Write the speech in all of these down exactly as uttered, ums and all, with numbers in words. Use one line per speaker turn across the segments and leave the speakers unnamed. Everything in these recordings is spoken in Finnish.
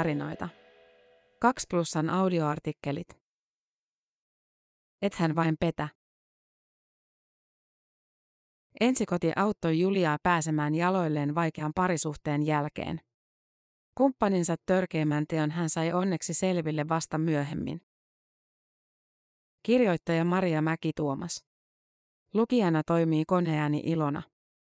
tarinoita. Kaksi plussan audioartikkelit. Ethän vain petä. Ensikoti auttoi Juliaa pääsemään jaloilleen vaikean parisuhteen jälkeen. Kumppaninsa törkeimmän teon hän sai onneksi selville vasta myöhemmin. Kirjoittaja Maria Mäki-Tuomas. Lukijana toimii koneääni Ilona.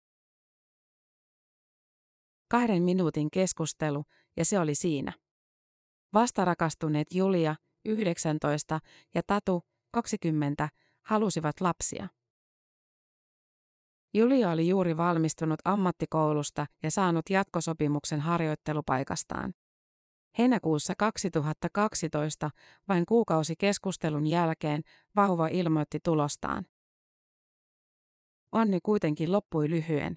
Kahden minuutin keskustelu, ja se oli siinä. Vastarakastuneet Julia, yhdeksäntoista, ja Tatu, kaksikymmentä, halusivat lapsia. Julia oli juuri valmistunut ammattikoulusta ja saanut jatkosopimuksen harjoittelupaikastaan. Heinäkuussa kaksituhattakaksitoista, vain kuukausi keskustelun jälkeen, vauva ilmoitti tulostaan. Onni kuitenkin loppui lyhyen.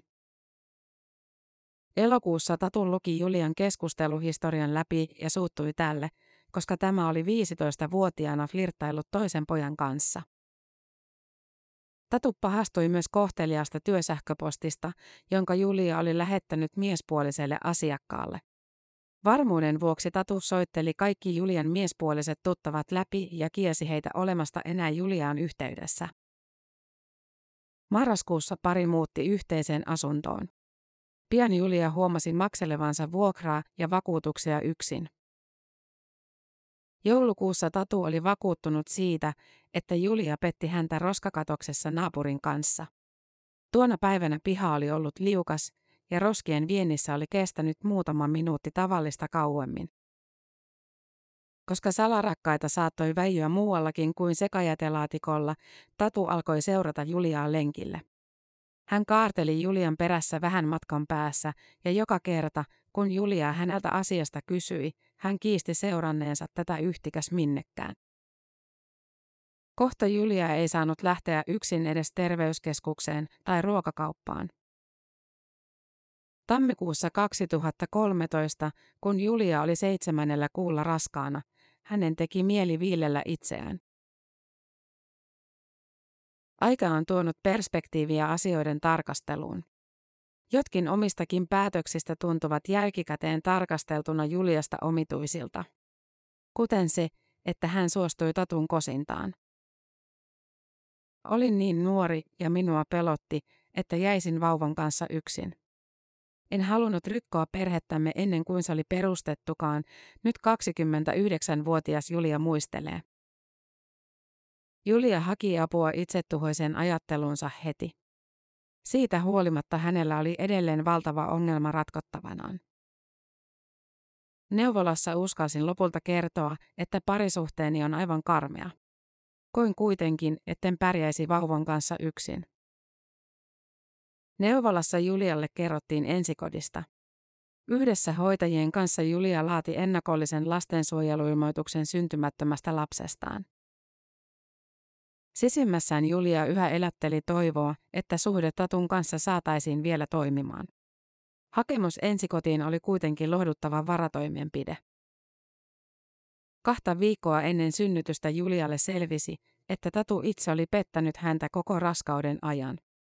Elokuussa Tatu luki Julian keskusteluhistorian läpi ja suuttui tälle, koska tämä oli viisitoistavuotiaana flirttaillut toisen pojan kanssa. Tatu pahastui myös kohteliaasta työsähköpostista, jonka Julia oli lähettänyt miespuoliselle asiakkaalle. Varmuuden vuoksi Tatu soitteli kaikki Julian miespuoliset tuttavat läpi ja kielsi heitä olemasta enää Juliaan yhteydessä. Marraskuussa pari muutti yhteiseen asuntoon. Pian Julia huomasi makselevansa vuokraa ja vakuutuksia yksin. Joulukuussa Tatu oli vakuuttunut siitä, että Julia petti häntä roskakatoksessa naapurin kanssa. Tuona päivänä piha oli ollut liukas ja roskien viennissä oli kestänyt muutama minuutti tavallista kauemmin. Koska salarakkaita saattoi väijyä muuallakin kuin sekajätelaatikolla, Tatu alkoi seurata Juliaa lenkille. Hän kaarteli Julian perässä vähän matkan päässä ja joka kerta, kun Julia häneltä asiasta kysyi, hän kiisti seuranneensa tätä yhtikäs minnekään. Kohta Julia ei saanut lähteä yksin edes terveyskeskukseen tai ruokakauppaan. Tammikuussa kaksituhattakolmetoista, kun Julia oli seitsemännellä kuulla raskaana, hänen teki mieli viilellä itseään. Aika on tuonut perspektiiviä asioiden tarkasteluun. Jotkin omistakin päätöksistä tuntuvat jälkikäteen tarkasteltuna Juliasta omituisilta. Kuten se, että hän suostui Tatun kosintaan. Olin niin nuori ja minua pelotti, että jäisin vauvan kanssa yksin. En halunnut rikkoa perhettämme ennen kuin se oli perustettukaan, nyt kaksikymmentäyhdeksänvuotias Julia muistelee. Julia haki apua itsetuhoisen ajattelunsa heti. Siitä huolimatta hänellä oli edelleen valtava ongelma ratkottavanaan. Neuvolassa uskalsin lopulta kertoa, että parisuhteeni on aivan karmea. Koin kuitenkin, etten pärjäisi vauvan kanssa yksin. Neuvolassa Julialle kerrottiin ensikodista. Yhdessä hoitajien kanssa Julia laati ennakollisen lastensuojeluilmoituksen syntymättömästä lapsestaan. Sisimmässään Julia yhä elätteli toivoa, että suhde Tatun kanssa saataisiin vielä toimimaan. Hakemus ensikotiin oli kuitenkin lohduttava varatoimenpide. Kahta viikkoa ennen synnytystä Julialle selvisi, että Tatu itse oli pettänyt häntä koko raskauden ajan.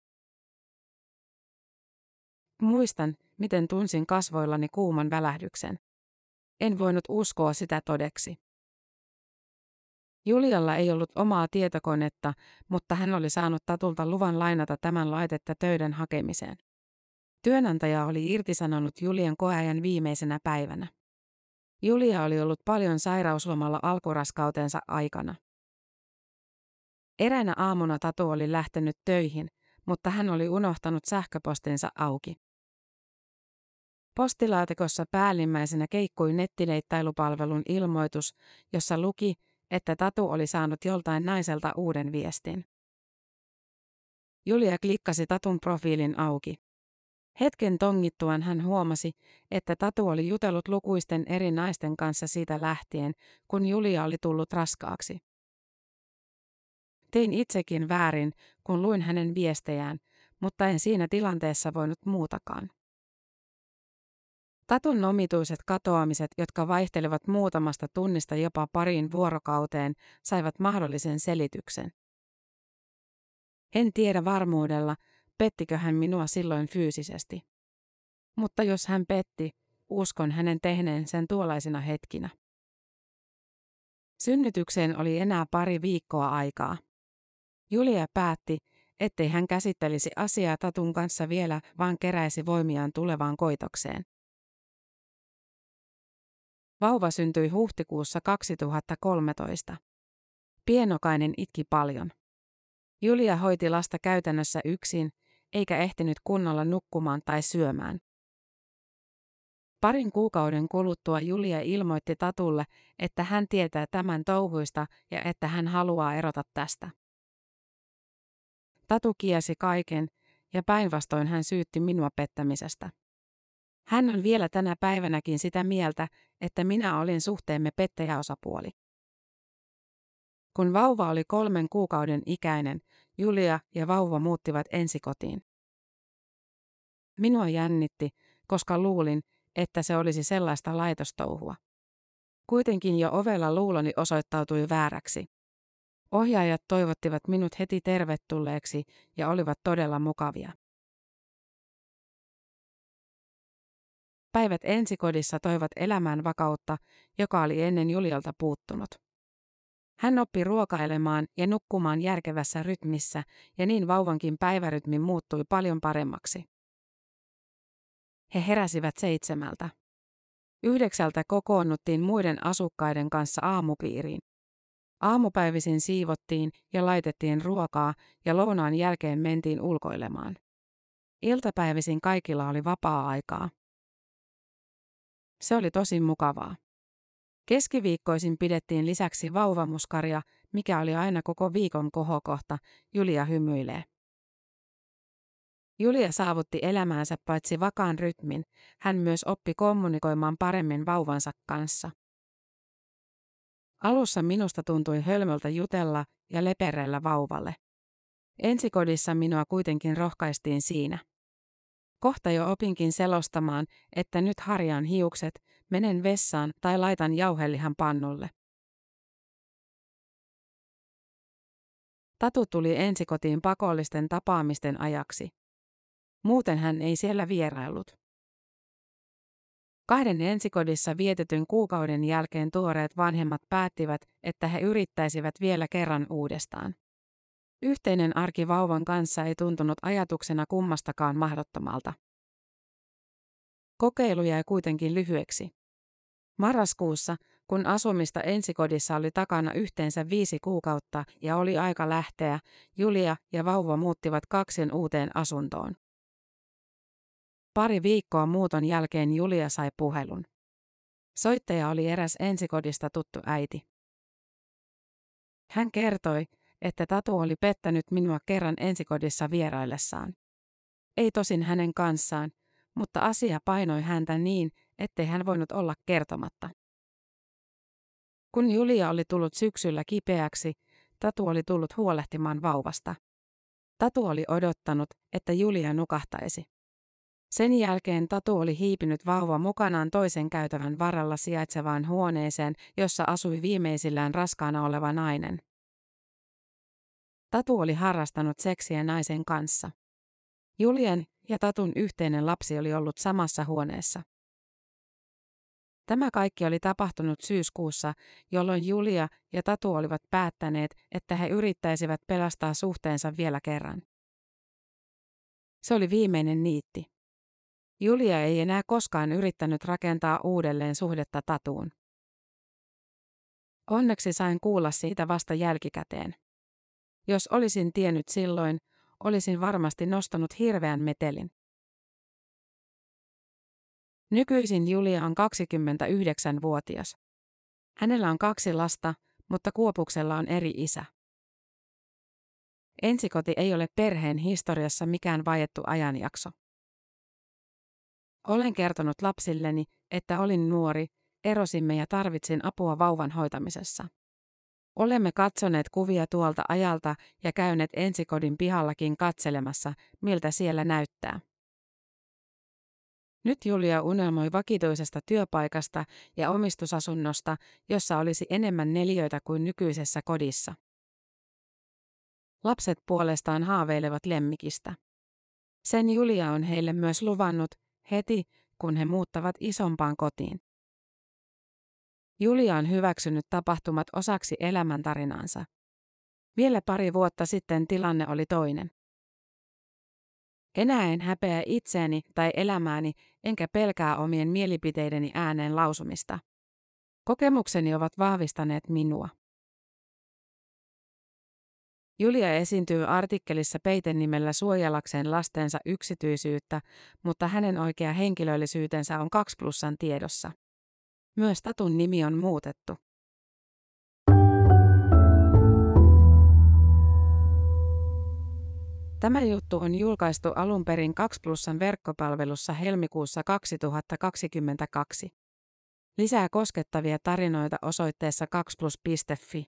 Muistan, miten tunsin kasvoillani kuuman välähdyksen. En voinut uskoa sitä todeksi. Julialla ei ollut omaa tietokonetta, mutta hän oli saanut Tatulta luvan lainata tämän laitetta töiden hakemiseen. Työnantaja oli irtisanonut Julian koeajan viimeisenä päivänä. Julia oli ollut paljon sairauslomalla alkuraskautensa aikana. Eräänä aamuna Tatu oli lähtenyt töihin, mutta hän oli unohtanut sähköpostinsa auki. Postilaatikossa päällimmäisenä keikkui nettileittailupalvelun ilmoitus, jossa luki, että Tatu oli saanut joltain naiselta uuden viestin. Julia klikkasi Tatun profiilin auki. Hetken tongittuaan hän huomasi, että Tatu oli jutellut lukuisten eri naisten kanssa siitä lähtien, kun Julia oli tullut raskaaksi. Tein itsekin väärin, kun luin hänen viestejään, mutta en siinä tilanteessa voinut muutakaan. Tatun omituiset katoamiset, jotka vaihtelevat muutamasta tunnista jopa pariin vuorokauteen, saivat mahdollisen selityksen. En tiedä varmuudella, pettikö hän minua silloin fyysisesti. Mutta jos hän petti, uskon hänen tehneen sen tuollaisina hetkinä. Synnytykseen oli enää pari viikkoa aikaa. Julia päätti, ettei hän käsittelisi asiaa Tatun kanssa vielä, vaan keräisi voimiaan tulevaan koitokseen. Vauva syntyi huhtikuussa kaksituhattakolmetoista. Pienokainen itki paljon. Julia hoiti lasta käytännössä yksin, eikä ehtinyt kunnolla nukkumaan tai syömään. Parin kuukauden kuluttua Julia ilmoitti Tatulle, että hän tietää tämän touhuista ja että hän haluaa erota tästä. Tatu kiesi kaiken, ja päinvastoin hän syytti minua pettämisestä. Hän on vielä tänä päivänäkin sitä mieltä, että minä olin suhteemme pettäjäosapuoli. Kun vauva oli kolmen kuukauden ikäinen, Julia ja vauva muuttivat ensikotiin. Minua jännitti, koska luulin, että se olisi sellaista laitostouhua. Kuitenkin jo ovella luuloni osoittautui vääräksi. Ohjaajat toivottivat minut heti tervetulleeksi ja olivat todella mukavia. Päivät ensikodissa toivat elämään vakautta, joka oli ennen Julialta puuttunut. Hän oppi ruokailemaan ja nukkumaan järkevässä rytmissä, ja niin vauvankin päivärytmi muuttui paljon paremmaksi. He heräsivät seitsemältä. Yhdeksältä kokoonnuttiin muiden asukkaiden kanssa aamupiiriin. Aamupäivisin siivottiin ja laitettiin ruokaa, ja lounaan jälkeen mentiin ulkoilemaan. Iltapäivisin kaikilla oli vapaa-aikaa. Se oli tosi mukavaa. Keskiviikkoisin pidettiin lisäksi vauvamuskaria, mikä oli aina koko viikon kohokohta, Julia hymyilee. Julia saavutti elämäänsä paitsi vakaan rytmin, hän myös oppi kommunikoimaan paremmin vauvansa kanssa. Alussa minusta tuntui hölmöltä jutella ja leperellä vauvalle. Ensikodissa minua kuitenkin rohkaistiin siinä. Kohta jo opinkin selostamaan, että nyt harjaan hiukset, menen vessaan tai laitan jauhelihan pannulle. Tatu tuli ensikotiin pakollisten tapaamisten ajaksi. Muuten hän ei siellä vieraillut. Kahden ensikodissa vietetyn kuukauden jälkeen tuoreet vanhemmat päättivät, että he yrittäisivät vielä kerran uudestaan. Yhteinen arki vauvan kanssa ei tuntunut ajatuksena kummastakaan mahdottomalta. Kokeilu jäi kuitenkin lyhyeksi. Marraskuussa, kun asumista ensikodissa oli takana yhteensä viisi kuukautta ja oli aika lähteä, Julia ja vauva muuttivat kaksin uuteen asuntoon. Pari viikkoa muuton jälkeen Julia sai puhelun. Soittaja oli eräs ensikodista tuttu äiti. Hän kertoi, että Tatu oli pettänyt minua kerran ensikodissa vieraillessaan. Ei tosin hänen kanssaan, mutta asia painoi häntä niin, ettei hän voinut olla kertomatta. Kun Julia oli tullut syksyllä kipeäksi, Tatu oli tullut huolehtimaan vauvasta. Tatu oli odottanut, että Julia nukahtaisi. Sen jälkeen Tatu oli hiipinyt vauva mukanaan toisen käytävän varrella sijaitsevaan huoneeseen, jossa asui viimeisillään raskaana oleva nainen. Tatu oli harrastanut seksiä naisen kanssa. Julian ja Tatun yhteinen lapsi oli ollut samassa huoneessa. Tämä kaikki oli tapahtunut syyskuussa, jolloin Julia ja Tatu olivat päättäneet, että he yrittäisivät pelastaa suhteensa vielä kerran. Se oli viimeinen niitti. Julia ei enää koskaan yrittänyt rakentaa uudelleen suhdetta Tatuun. Onneksi sain kuulla siitä vasta jälkikäteen. Jos olisin tiennyt silloin, olisin varmasti nostanut hirveän metelin. Nykyisin Julia on kaksikymmentäyhdeksänvuotias. Hänellä on kaksi lasta, mutta Kuopuksella on eri isä. Ensikoti ei ole perheen historiassa mikään vaiettu ajanjakso. Olen kertonut lapsilleni, että olin nuori, erosimme ja tarvitsin apua vauvan hoitamisessa. Olemme katsoneet kuvia tuolta ajalta ja käyneet ensikodin pihallakin katselemassa, miltä siellä näyttää. Nyt Julia unelmoi vakituisesta työpaikasta ja omistusasunnosta, jossa olisi enemmän neliöitä kuin nykyisessä kodissa. Lapset puolestaan haaveilevat lemmikistä. Sen Julia on heille myös luvannut, heti, kun he muuttavat isompaan kotiin. Julia on hyväksynyt tapahtumat osaksi elämäntarinaansa. Vielä pari vuotta sitten tilanne oli toinen. Enää en häpeä itseäni tai elämääni, enkä pelkää omien mielipiteideni ääneen lausumista. Kokemukseni ovat vahvistaneet minua. Julia esiintyy artikkelissa peitenimellä suojelakseen lastensa yksityisyyttä, mutta hänen oikea henkilöllisyytensä on kaksi plussan tiedossa. Myös Tatun nimi on muutettu. Tämä juttu on julkaistu alun perin kaksi plussan verkkopalvelussa helmikuussa kaksituhattakaksikymmentäkaksi. Lisää koskettavia tarinoita osoitteessa kaksi plus piste fi.